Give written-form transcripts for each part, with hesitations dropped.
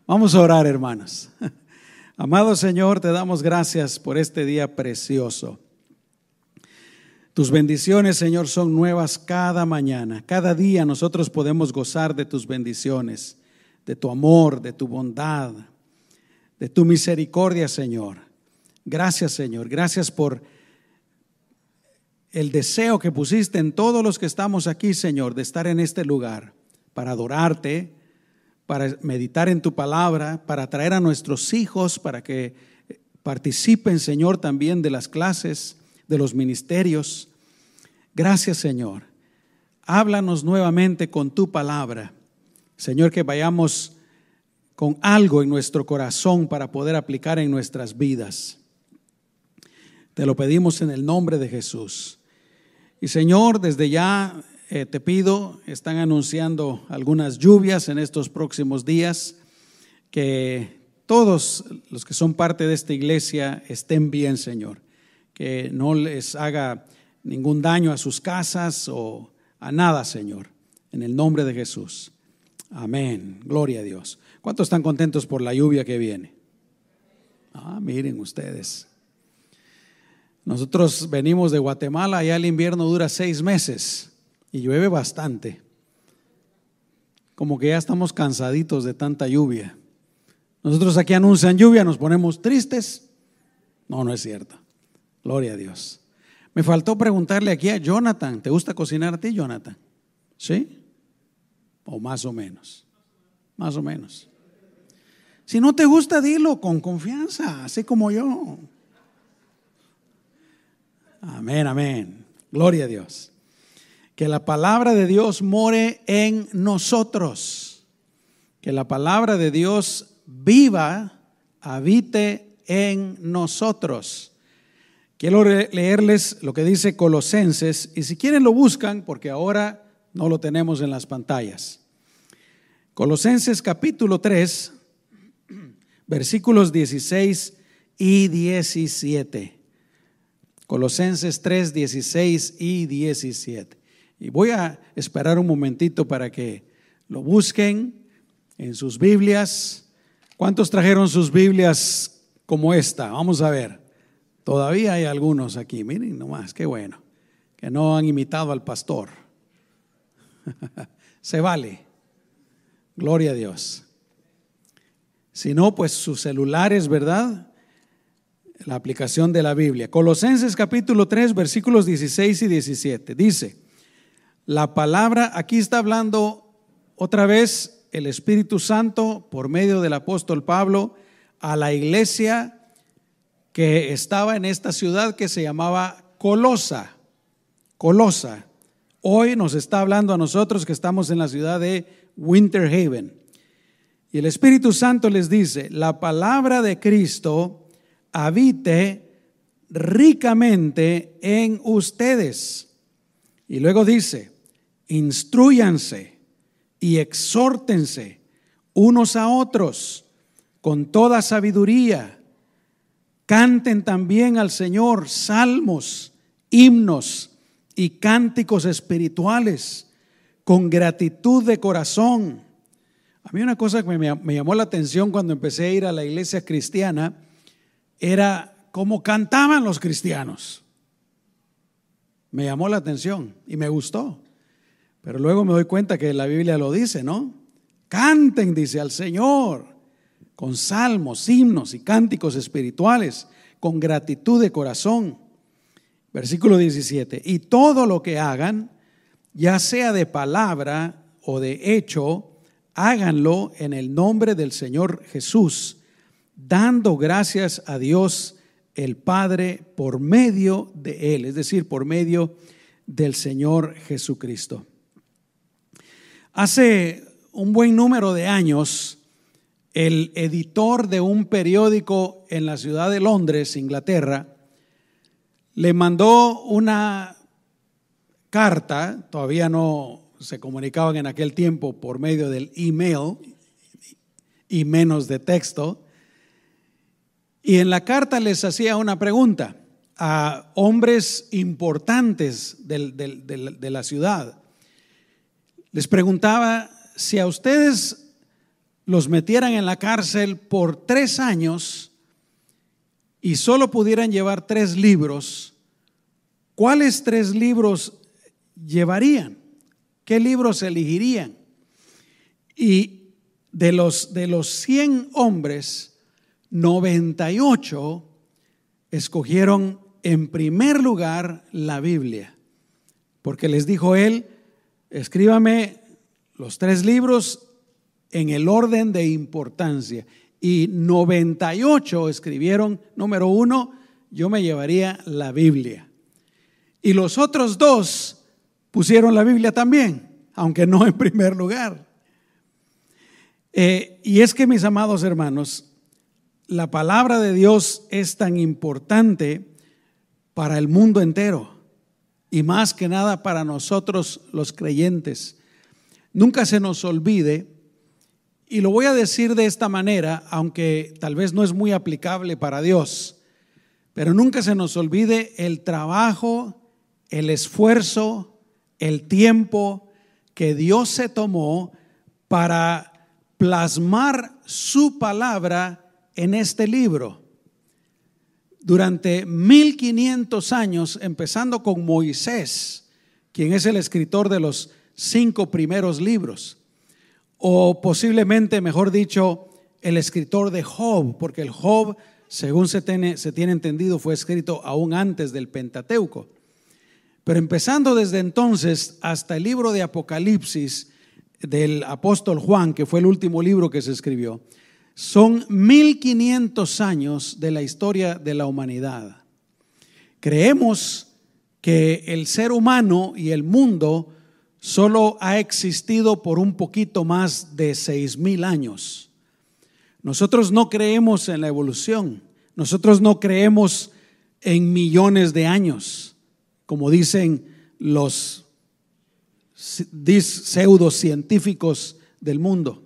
Vamos a orar, hermanos. Amado Señor, te damos gracias por este día precioso. Tus bendiciones, Señor, son nuevas cada mañana. Cada día nosotros podemos gozar de tus bendiciones, de tu amor, de tu bondad, de tu misericordia, Señor. Gracias, Señor. Gracias por el deseo que pusiste en todos los que estamos aquí, Señor, de estar en este lugar para adorarte, para meditar en tu palabra, para traer a nuestros hijos, para que participen, Señor, también de las clases, de los ministerios. Gracias, Señor. Háblanos nuevamente con tu palabra, Señor, que vayamos con algo en nuestro corazón para poder aplicar en nuestras vidas. Te lo pedimos en el nombre de Jesús. Y Señor, desde ya te pido, están anunciando algunas lluvias en estos próximos días, que todos los que son parte de esta iglesia estén bien, Señor, que no les haga ningún daño a sus casas o a nada, Señor, en el nombre de Jesús. Amén, gloria a Dios. ¿Cuántos están contentos por la lluvia que viene? Miren ustedes. Nosotros venimos de Guatemala, allá el invierno dura 6 meses y llueve bastante. Como que ya estamos cansaditos de tanta lluvia. Nosotros aquí anuncian lluvia, nos ponemos tristes. No es cierto. Gloria a Dios. Me faltó preguntarle aquí a Jonathan, ¿te gusta cocinar a ti, Jonathan? ¿Sí? ¿O más o menos? Más o menos. Si no te gusta, dilo con confianza, así como yo. Amén, amén. Gloria a Dios. Que la palabra de Dios more en nosotros. Que la palabra de Dios viva, habite en nosotros. Quiero leerles lo que dice Colosenses, y si quieren lo buscan, porque ahora no lo tenemos en las pantallas. Colosenses capítulo 3, versículos 16 y 17. Colosenses 3, 16 y 17. Y voy a esperar un momentito para que lo busquen en sus Biblias. ¿Cuántos trajeron sus Biblias como esta? Vamos a ver. Todavía hay algunos aquí, miren nomás, qué bueno, que no han imitado al pastor. Se vale. Gloria a Dios. Si no, pues sus celulares, ¿verdad? La aplicación de la Biblia. Colosenses capítulo 3, versículos 16 y 17. Dice, la palabra, aquí está hablando otra vez el Espíritu Santo por medio del apóstol Pablo a la iglesia que estaba en esta ciudad que se llamaba Colosa. Colosa. Hoy nos está hablando a nosotros que estamos en la ciudad de Winter Haven. Y el Espíritu Santo les dice, la palabra de Cristo habite ricamente en ustedes. Y luego dice, instrúyanse y exhórtense unos a otros con toda sabiduría. Canten también al Señor salmos, himnos y cánticos espirituales con gratitud de corazón. A mí una cosa que me llamó la atención cuando empecé a ir a la iglesia cristiana era cómo cantaban los cristianos. Me llamó la atención y me gustó. Pero luego me doy cuenta que la Biblia lo dice, ¿no? Canten, dice, al Señor con salmos, himnos y cánticos espirituales, con gratitud de corazón. Versículo 17. Y todo lo que hagan, ya sea de palabra o de hecho, háganlo en el nombre del Señor Jesús, dando gracias a Dios el Padre por medio de Él, es decir, por medio del Señor Jesucristo. Hace un buen número de años, el editor de un periódico en la ciudad de Londres, Inglaterra, le mandó una carta, todavía no se comunicaban en aquel tiempo por medio del email y menos de texto. Y en la carta les hacía una pregunta a hombres importantes de la ciudad. Les preguntaba si a ustedes los metieran en la cárcel por 3 años y solo pudieran llevar 3 libros, ¿cuáles 3 libros llevarían? ¿Qué libros elegirían? Y de los 100 hombres, 98 escogieron en primer lugar la Biblia, porque les dijo él: escríbame los 3 libros en el orden de importancia. Y 98 escribieron: número 1, yo me llevaría la Biblia. Y los otros 2 pusieron la Biblia también, aunque no en primer lugar. Y es que, mis amados hermanos, la palabra de Dios es tan importante para el mundo entero, y más que nada para nosotros los creyentes. Nunca se nos olvide, y lo voy a decir de esta manera, aunque tal vez no es muy aplicable para Dios, pero nunca se nos olvide el trabajo, el esfuerzo, el tiempo que Dios se tomó para plasmar su palabra en este libro. Durante 1500 años, empezando con Moisés, quien es el escritor de los 5 primeros libros, o posiblemente, mejor dicho, el escritor de Job, porque el Job, según se tiene entendido, fue escrito aún antes del Pentateuco. Pero empezando desde entonces hasta el libro de Apocalipsis del apóstol Juan, que fue el último libro que se escribió, son 1500 años de la historia de la humanidad. Creemos que el ser humano y el mundo solo ha existido por un poquito más de 6000 años. Nosotros no creemos en la evolución, nosotros no creemos en millones de años, como dicen los pseudocientíficos del mundo.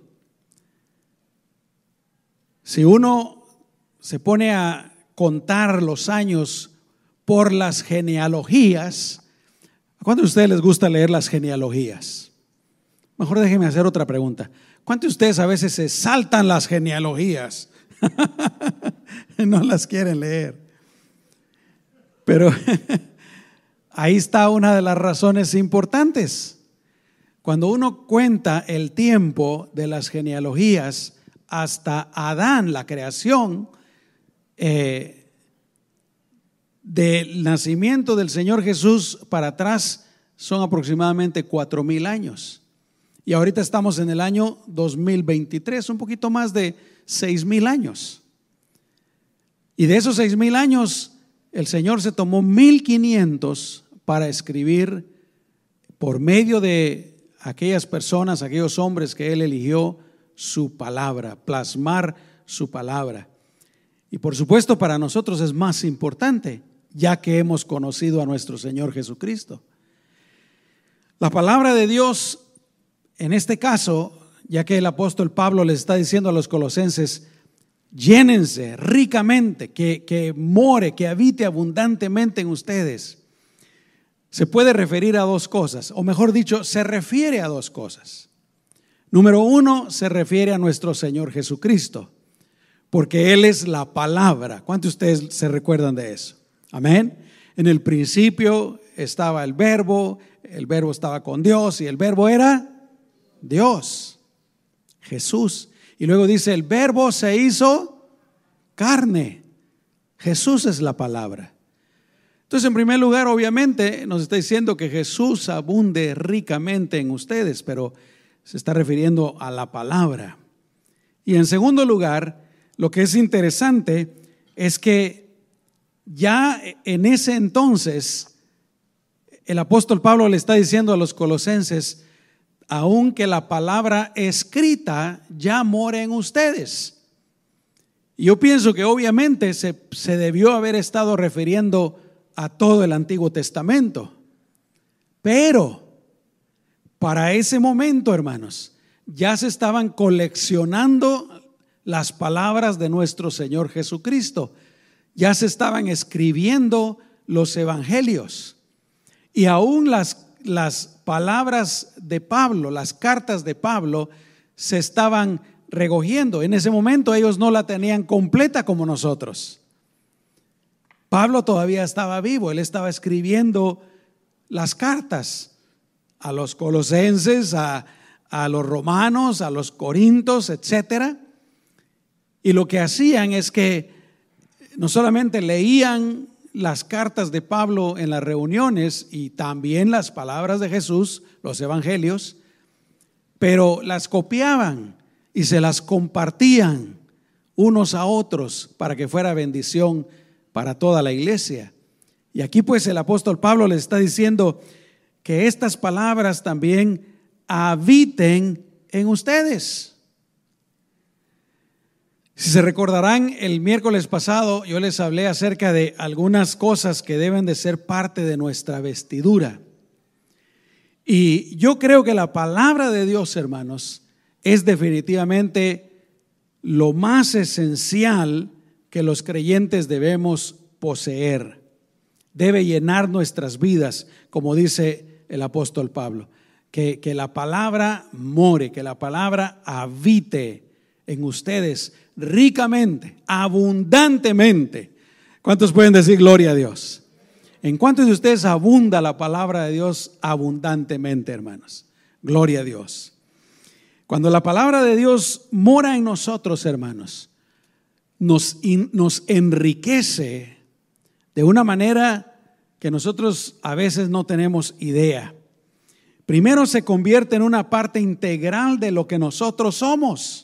Si uno se pone a contar los años por las genealogías, ¿a cuántos de ustedes les gusta leer las genealogías? Mejor déjenme hacer otra pregunta. ¿Cuántos de ustedes a veces se saltan las genealogías? No las quieren leer. Pero ahí está una de las razones importantes. Cuando uno cuenta el tiempo de las genealogías hasta Adán, la creación, del nacimiento del Señor Jesús para atrás, son aproximadamente 4000 años. Y ahorita estamos en el año 2023, un poquito más de 6000 años. Y de esos 6000 años, el Señor se tomó 1500 para escribir, por medio de aquellas personas, aquellos hombres que Él eligió, su palabra, plasmar su palabra. Y por supuesto para nosotros es más importante, ya que hemos conocido a nuestro Señor Jesucristo. La palabra de Dios, en este caso, ya que el apóstol Pablo les está diciendo a los colosenses: llénense ricamente, que more, que habite abundantemente en ustedes. Se puede referir a 2 cosas, o mejor dicho, se refiere a 2 cosas. Número 1, se refiere a nuestro Señor Jesucristo, porque Él es la palabra. ¿Cuántos de ustedes se recuerdan de eso? Amén. En el principio estaba el verbo estaba con Dios y el verbo era Dios, Jesús. Y luego dice: el verbo se hizo carne. Jesús es la palabra. Entonces, en primer lugar, obviamente nos está diciendo que Jesús abunde ricamente en ustedes, pero se está refiriendo a la palabra. Y en segundo lugar, lo que es interesante es que ya en ese entonces el apóstol Pablo le está diciendo a los colosenses: aunque la palabra escrita ya mora en ustedes. Y yo pienso que obviamente se debió haber estado refiriendo a todo el Antiguo Testamento, pero para ese momento, hermanos, ya se estaban coleccionando las palabras de nuestro Señor Jesucristo, ya se estaban escribiendo los evangelios, y aún las palabras de Pablo, las cartas de Pablo, se estaban recogiendo. En ese momento ellos no la tenían completa como nosotros. Pablo todavía estaba vivo, él estaba escribiendo las cartas a los colosenses, a los romanos, a los corintios, etcétera. Y lo que hacían es que no solamente leían las cartas de Pablo en las reuniones y también las palabras de Jesús, los evangelios, pero las copiaban y se las compartían unos a otros para que fuera bendición para toda la iglesia. Y aquí pues el apóstol Pablo les está diciendo que estas palabras también habiten en ustedes. Si se recordarán, el miércoles pasado yo les hablé acerca de algunas cosas que deben de ser parte de nuestra vestidura. Y yo creo que la palabra de Dios, hermanos, es definitivamente lo más esencial que los creyentes debemos poseer. Debe llenar nuestras vidas, como dice el apóstol Pablo, que la palabra more, que la palabra habite en ustedes ricamente, abundantemente. ¿Cuántos pueden decir gloria a Dios? ¿En cuántos de ustedes abunda la palabra de Dios abundantemente, hermanos? Gloria a Dios. Cuando la palabra de Dios mora en nosotros, hermanos, nos enriquece de una manera que nosotros a veces no tenemos idea. Primero, se convierte en una parte integral de lo que nosotros somos.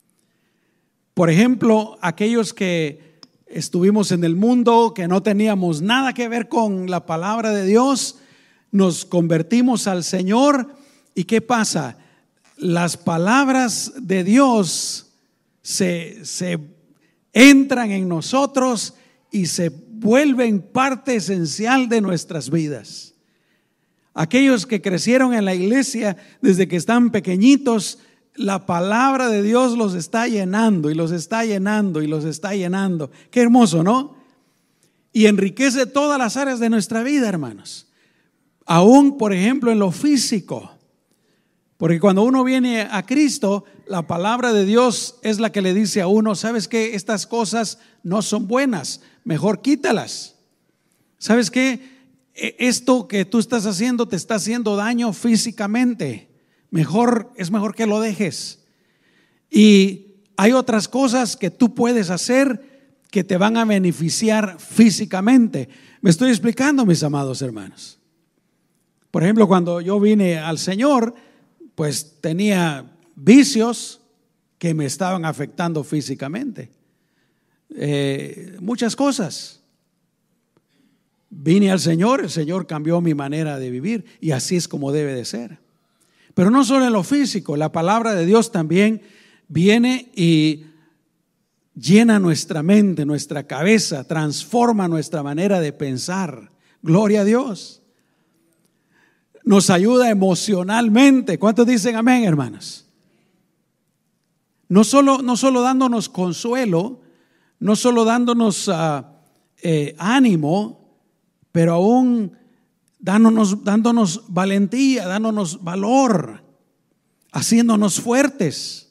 Por ejemplo, aquellos que estuvimos en el mundo, que no teníamos nada que ver con la palabra de Dios, nos convertimos al Señor. ¿Y qué pasa? Las palabras de Dios se entran en nosotros y se vuelven parte esencial de nuestras vidas. Aquellos que crecieron en la iglesia desde que están pequeñitos, la palabra de Dios los está llenando y los está llenando y los está llenando. Qué hermoso, ¿no? Y enriquece todas las áreas de nuestra vida, hermanos. Aún, por ejemplo, en lo físico. Porque cuando uno viene a Cristo, la palabra de Dios es la que le dice a uno: ¿sabes qué? Estas cosas no son buenas, mejor quítalas. ¿Sabes qué? Esto que tú estás haciendo te está haciendo daño físicamente. Es mejor que lo dejes. Y hay otras cosas que tú puedes hacer que te van a beneficiar físicamente. Me estoy explicando, mis amados hermanos. Por ejemplo, cuando yo vine al Señor, pues tenía vicios que me estaban afectando físicamente. Muchas cosas. Vine al Señor, el Señor cambió mi manera de vivir y así es como debe de ser. Pero no solo en lo físico, la palabra de Dios también viene y llena nuestra mente, nuestra cabeza, transforma nuestra manera de pensar. Gloria a Dios. Nos ayuda emocionalmente. ¿Cuántos dicen amén, hermanos? No solo dándonos consuelo, no solo dándonos ánimo, pero aún dándonos valentía, dándonos valor, haciéndonos fuertes.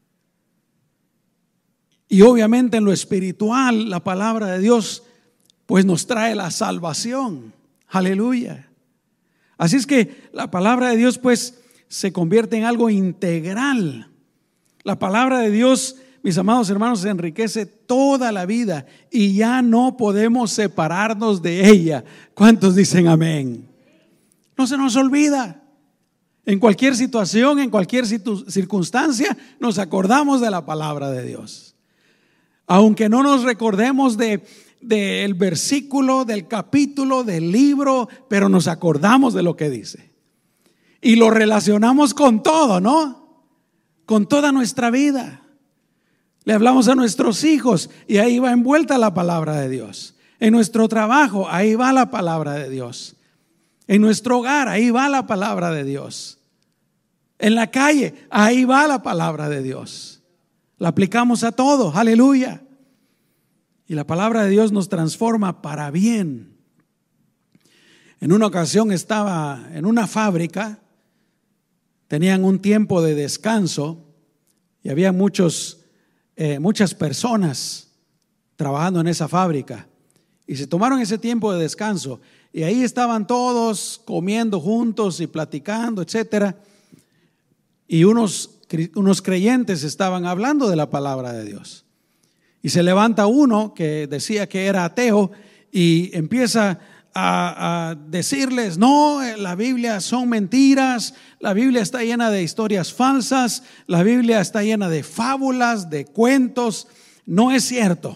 Y obviamente en lo espiritual, la palabra de Dios pues nos trae la salvación. Aleluya. Así es que la palabra de Dios pues se convierte en algo integral. La palabra de Dios, mis amados hermanos, enriquece toda la vida y ya no podemos separarnos de ella. ¿Cuántos dicen amén? No se nos olvida. En cualquier situación, en cualquier circunstancia, nos acordamos de la palabra de Dios. Aunque no nos recordemos del versículo, del capítulo, del libro, pero nos acordamos de lo que dice. Y lo relacionamos con todo, ¿no? Con toda nuestra vida. Le hablamos a nuestros hijos y ahí va envuelta la palabra de Dios. En nuestro trabajo, ahí va la palabra de Dios. En nuestro hogar, ahí va la palabra de Dios. En la calle, ahí va la palabra de Dios. La aplicamos a todo, aleluya. Y la palabra de Dios nos transforma para bien. En una ocasión estaba en una fábrica, tenían un tiempo de descanso y había muchas personas trabajando en esa fábrica, y se tomaron ese tiempo de descanso, y ahí estaban todos comiendo juntos y platicando, etcétera, y unos creyentes estaban hablando de la palabra de Dios, y se levanta uno que decía que era ateo y empieza a decirles: no, la Biblia son mentiras, la Biblia está llena de historias falsas, la Biblia está llena de fábulas, de cuentos, no es cierto.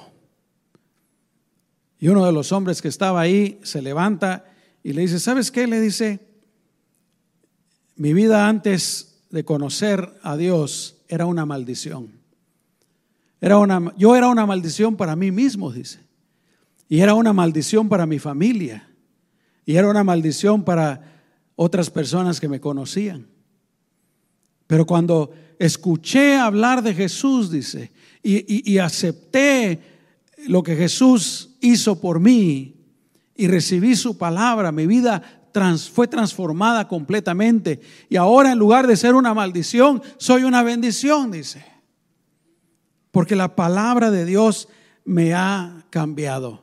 Y uno de los hombres que estaba ahí se levanta y le dice: ¿sabes qué? Le dice: mi vida antes de conocer a Dios era una maldición. Yo era una maldición para mí mismo, dice. Y era una maldición para mi familia. Y era una maldición para otras personas que me conocían. Pero cuando escuché hablar de Jesús, dice, y acepté lo que Jesús hizo por mí y recibí su palabra, mi vida fue transformada completamente. Y ahora, en lugar de ser una maldición, soy una bendición, dice. Porque la palabra de Dios me ha cambiado.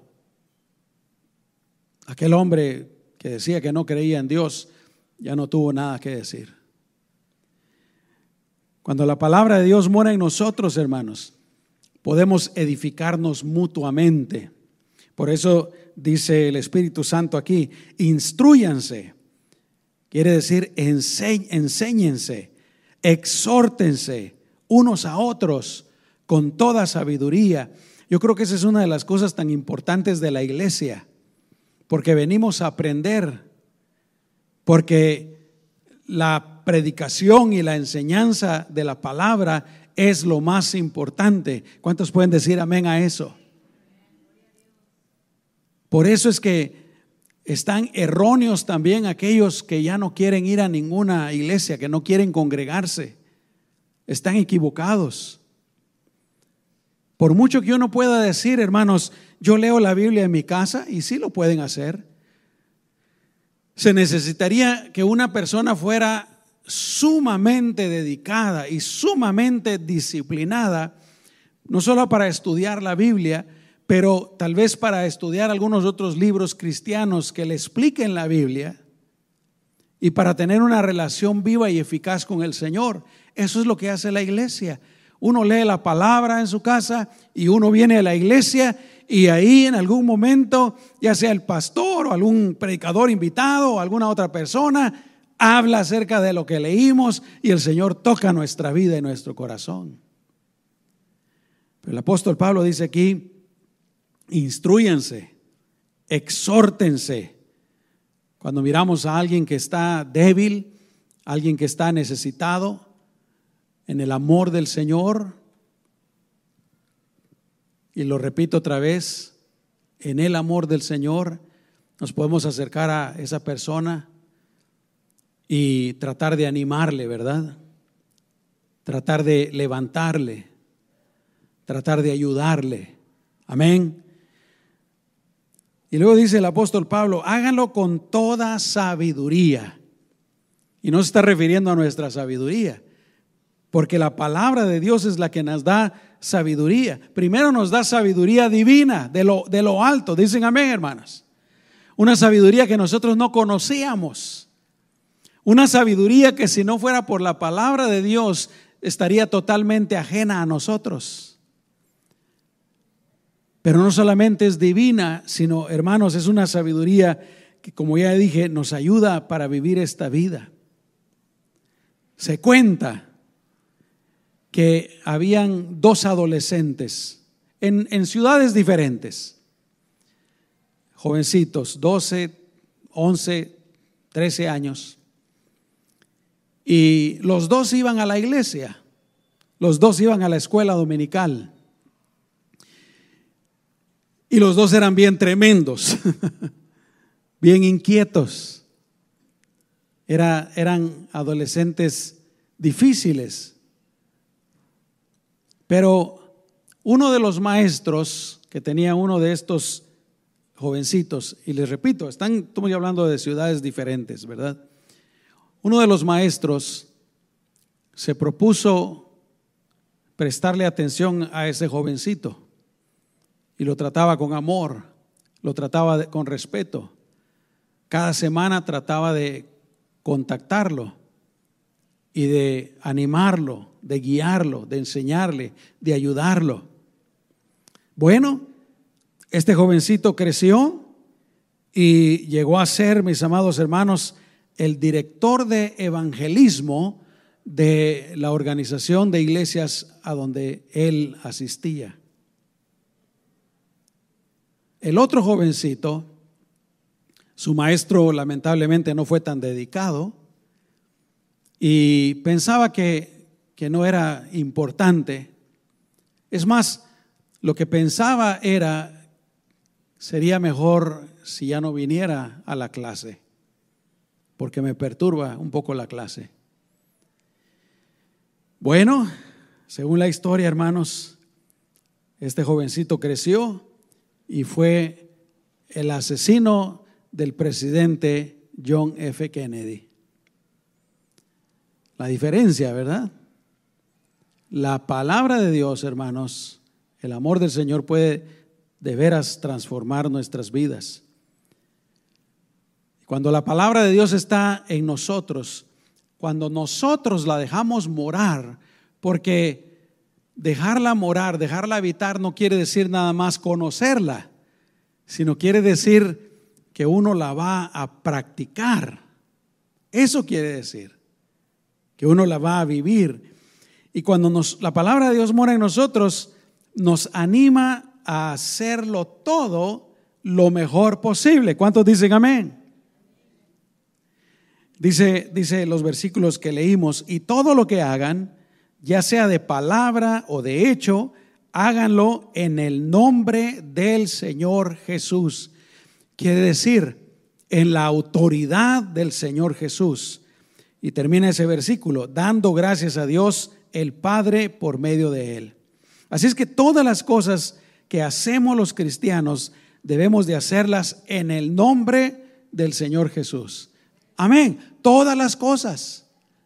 Aquel hombre que decía que no creía en Dios ya no tuvo nada que decir. Cuando la palabra de Dios mora en nosotros, hermanos, podemos edificarnos mutuamente. Por eso dice el Espíritu Santo aquí: instrúyanse. Quiere decir enséñense, exhórtense unos a otros con toda sabiduría. Yo creo que esa es una de las cosas tan importantes de la iglesia, porque venimos a aprender, porque la predicación y la enseñanza de la palabra es lo más importante. ¿Cuántos pueden decir amén a eso? Por eso es que están erróneos también aquellos que ya no quieren ir a ninguna iglesia, que no quieren congregarse. Están equivocados. Por mucho que uno pueda decir: hermanos, yo leo la Biblia en mi casa, y sí lo pueden hacer, se necesitaría que una persona fuera sumamente dedicada y sumamente disciplinada, no solo para estudiar la Biblia, pero tal vez para estudiar algunos otros libros cristianos que le expliquen la Biblia, y para tener una relación viva y eficaz con el Señor. Eso es lo que hace la iglesia. Uno lee la palabra en su casa y uno viene a la iglesia, y ahí en algún momento, ya sea el pastor o algún predicador invitado o alguna otra persona, habla acerca de lo que leímos y el Señor toca nuestra vida y nuestro corazón. Pero el apóstol Pablo dice aquí: instrúyanse, exhórtense. Cuando miramos a alguien que está débil, alguien que está necesitado, en el amor del Señor, y lo repito otra vez, en el amor del Señor nos podemos acercar a esa persona y tratar de animarle, ¿verdad? Tratar de levantarle, tratar de ayudarle. Amén. Y luego dice el apóstol Pablo: háganlo con toda sabiduría. Y no se está refiriendo a nuestra sabiduría, porque la palabra de Dios es la que nos da sabiduría. Primero nos da sabiduría divina, de lo alto. Dicen amén, hermanas. Una sabiduría que nosotros no conocíamos. Una sabiduría que, si no fuera por la palabra de Dios, estaría totalmente ajena a nosotros. Pero no solamente es divina, sino, hermanos, es una sabiduría que, como ya dije, nos ayuda para vivir esta vida. Se cuenta que habían dos adolescentes en ciudades diferentes, jovencitos, 12, 11, 13 años, y los dos iban a la iglesia, los dos iban a la escuela dominical, y los dos eran bien tremendos, bien inquietos, eran adolescentes difíciles. Pero uno de los maestros que tenía uno de estos jovencitos, y les repito, estamos hablando de ciudades diferentes, ¿verdad? Uno de los maestros se propuso prestarle atención a ese jovencito y lo trataba con amor, lo trataba con respeto. Cada semana trataba de contactarlo y de animarlo, de guiarlo, de enseñarle, de ayudarlo. Bueno, este jovencito creció y llegó a ser, mis amados hermanos, el director de evangelismo de la organización de iglesias a donde él asistía. El otro jovencito, su maestro lamentablemente no fue tan dedicado y pensaba que no era importante. Es más, lo que pensaba era, sería mejor si ya no viniera a la clase, porque me perturba un poco la clase. Bueno, según la historia, hermanos, este jovencito creció y fue el asesino del presidente John F. Kennedy. La diferencia, ¿verdad? La palabra de Dios, hermanos, el amor del Señor puede de veras transformar nuestras vidas. Cuando la palabra de Dios está en nosotros, cuando nosotros la dejamos morar, porque dejarla morar, dejarla habitar no quiere decir nada más conocerla, sino quiere decir que uno la va a practicar. Eso quiere decir que uno la va a vivir. Y cuando la palabra de Dios mora en nosotros, nos anima a hacerlo todo lo mejor posible. ¿Cuántos dicen amén? Dice los versículos que leímos: y todo lo que hagan, ya sea de palabra o de hecho, háganlo en el nombre del Señor Jesús. Quiere decir, en la autoridad del Señor Jesús. Y termina ese versículo: dando gracias a Dios el Padre por medio de Él. Así es que todas las cosas que hacemos los cristianos debemos de hacerlas en el nombre del Señor Jesús. Amén. Todas las cosas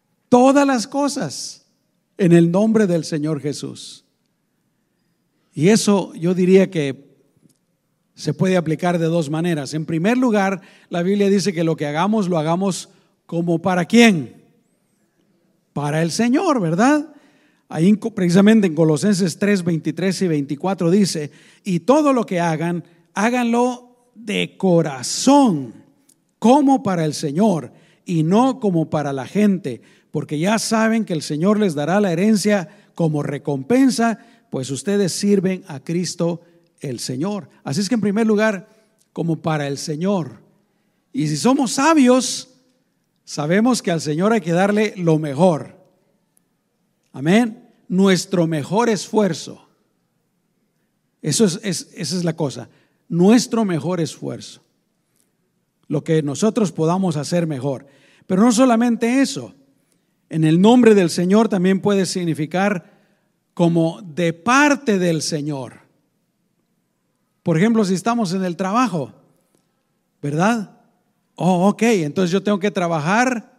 en el nombre del Señor Jesús. Y eso yo diría que se puede aplicar de dos maneras. En primer lugar, la Biblia dice que lo que hagamos, lo hagamos como ¿para quién? Para el Señor, ¿verdad? Ahí precisamente en Colosenses 3, 23 y 24 dice: y todo lo que hagan, háganlo de corazón, como para el Señor y no como para la gente, porque ya saben que el Señor les dará la herencia como recompensa, pues ustedes sirven a Cristo el Señor. Así es que en primer lugar, como para el Señor. Y si somos sabios, sabemos que al Señor hay que darle lo mejor. Amén. Nuestro mejor esfuerzo. Esa es la cosa. Nuestro mejor esfuerzo. Lo que nosotros podamos hacer mejor. Pero no solamente eso. En el nombre del Señor también puede significar como de parte del Señor. Por ejemplo, si estamos en el trabajo, ¿verdad? Ok, entonces yo tengo que trabajar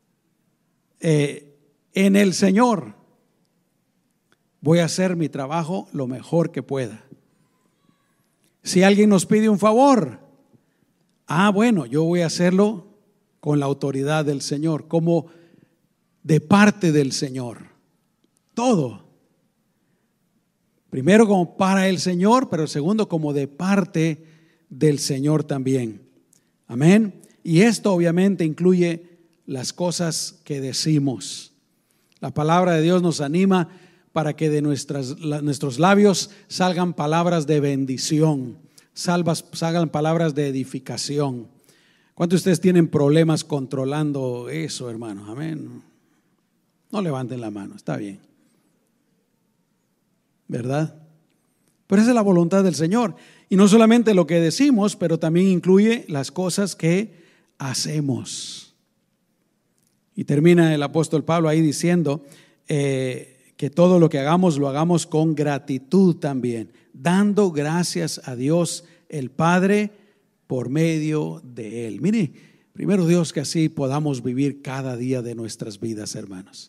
en el Señor. Voy a hacer mi trabajo lo mejor que pueda. Si alguien nos pide un favor, bueno, yo voy a hacerlo con la autoridad del Señor, como de parte del Señor. Todo. Primero como para el Señor, pero segundo como de parte del Señor también. Amén. Y esto obviamente incluye las cosas que decimos. La palabra de Dios nos anima para que de nuestros labios salgan palabras de bendición, salgan palabras de edificación. ¿Cuántos de ustedes tienen problemas controlando eso, hermanos? Amén. No levanten la mano, está bien, ¿verdad? Pero esa es la voluntad del Señor. Y no solamente lo que decimos, pero también incluye las cosas que hacemos. Y termina el apóstol Pablo ahí diciendo que todo lo que hagamos lo hagamos con gratitud también, dando gracias a Dios el Padre por medio de Él. Mire, primero Dios, que así podamos vivir cada día de nuestras vidas, hermanos.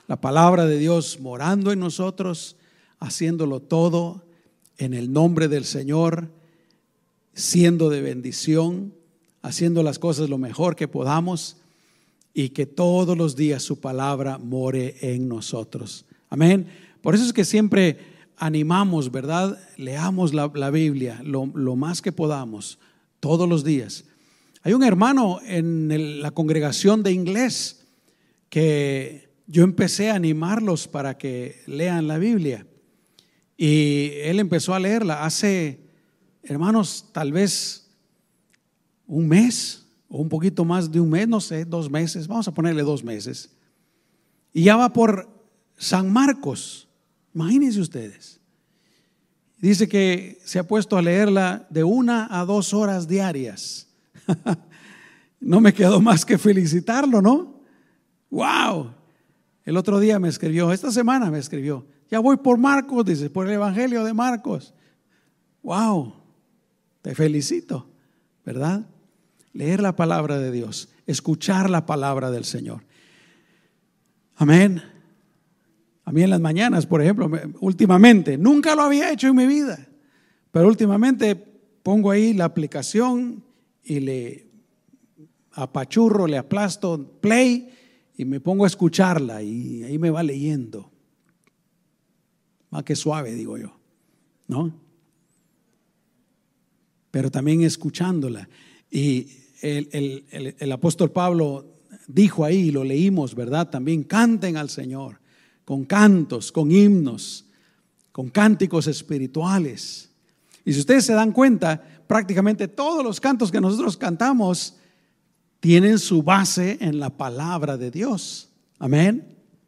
La palabra de Dios morando en nosotros, haciéndolo todo en el nombre del Señor, siendo de bendición, haciendo las cosas lo mejor que podamos, y que todos los días su palabra more en nosotros. Amén. Por eso es que siempre animamos, ¿verdad? Leamos la Biblia lo más que podamos, todos los días. Hay un hermano en la congregación de inglés que yo empecé a animarlos para que lean la Biblia. Y él empezó a leerla hace, hermanos, tal vez un mes o un poquito más de un mes, no sé, 2 meses, vamos a ponerle 2 meses. Y ya va por San Marcos, imagínense ustedes. Dice que se ha puesto a leerla de 1 a 2 horas diarias. No me quedó más que felicitarlo, ¿no? ¡Wow! El otro día me escribió, esta semana me escribió, ya voy por Marcos, dice, por el Evangelio de Marcos. ¡Wow! Te felicito, ¿verdad? Leer la palabra de Dios, escuchar la palabra del Señor. Amén. A mí en las mañanas, por ejemplo, últimamente, nunca lo había hecho en mi vida, pero últimamente pongo ahí la aplicación y le apachurro, le aplasto play y me pongo a escucharla y ahí me va leyendo. Más que suave, digo yo, ¿no? Pero también escuchándola. Y el apóstol Pablo dijo ahí, lo leímos, ¿verdad? También canten al Señor con cantos, con himnos, con cánticos espirituales. Y si ustedes se dan cuenta, prácticamente todos los cantos que nosotros cantamos tienen su base en la palabra de Dios. Amén.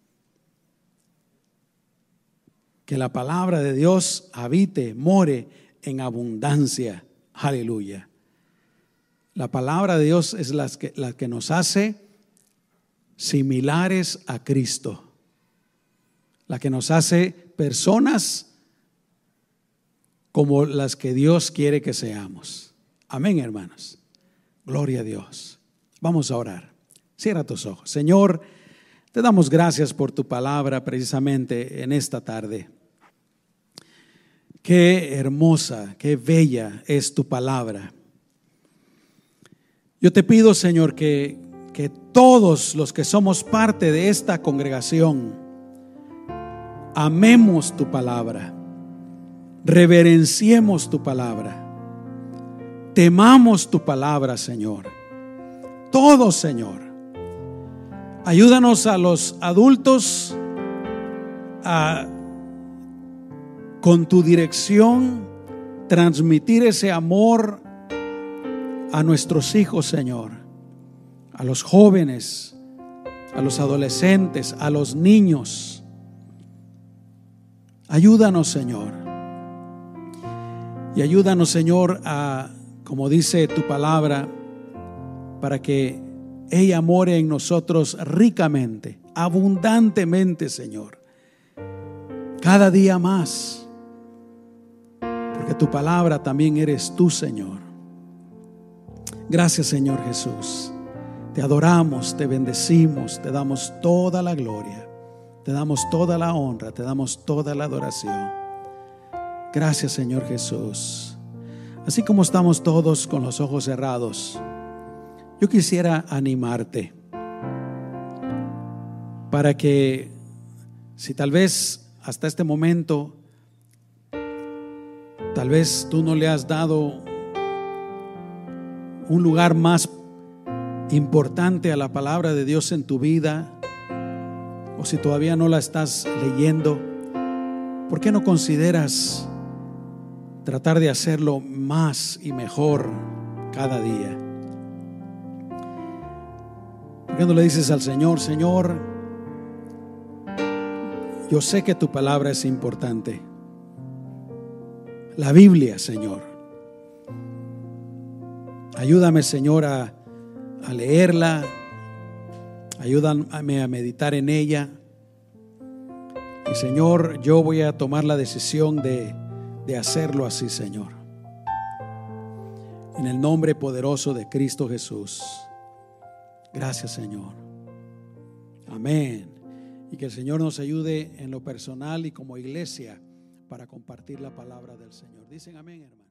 Que la palabra de Dios habite, more en abundancia. Aleluya. La palabra de Dios es la que nos hace similares a Cristo. La que nos hace personas como las que Dios quiere que seamos. Amén, hermanos. Gloria a Dios. Vamos a orar. Cierra tus ojos. Señor, te damos gracias por tu palabra precisamente en esta tarde. Qué hermosa, qué bella es tu palabra. Yo te pido, Señor, que todos los que somos parte de esta congregación amemos tu palabra, reverenciemos tu palabra, temamos tu palabra, Señor. Todos, Señor. Ayúdanos a los adultos a, con tu dirección, transmitir ese amor a nuestros hijos, Señor, a los jóvenes, a los adolescentes, a los niños. Ayúdanos, Señor. Y ayúdanos, Señor, a, como dice tu palabra, para que ella more en nosotros ricamente, abundantemente, Señor. Cada día más. Porque tu palabra también eres tú, Señor. Gracias, Señor Jesús. Te adoramos, te bendecimos, te damos toda la gloria, te damos toda la honra, te damos toda la adoración. Gracias, Señor Jesús. Así como estamos todos con los ojos cerrados, yo quisiera animarte para que, si tal vez hasta este momento, tal vez tú no le has dado un lugar más importante a la palabra de Dios en tu vida, o si todavía no la estás leyendo, ¿por qué no consideras tratar de hacerlo más y mejor cada día? ¿Por qué no le dices al Señor: Señor, yo sé que tu palabra es importante, la Biblia, Señor, ayúdame, Señor, a leerla, ayúdame a meditar en ella. Y Señor, yo voy a tomar la decisión de hacerlo así, Señor, en el nombre poderoso de Cristo Jesús. Gracias, Señor. Amén y que el Señor nos ayude en lo personal y como iglesia para compartir la palabra del Señor. Dicen amén, hermano.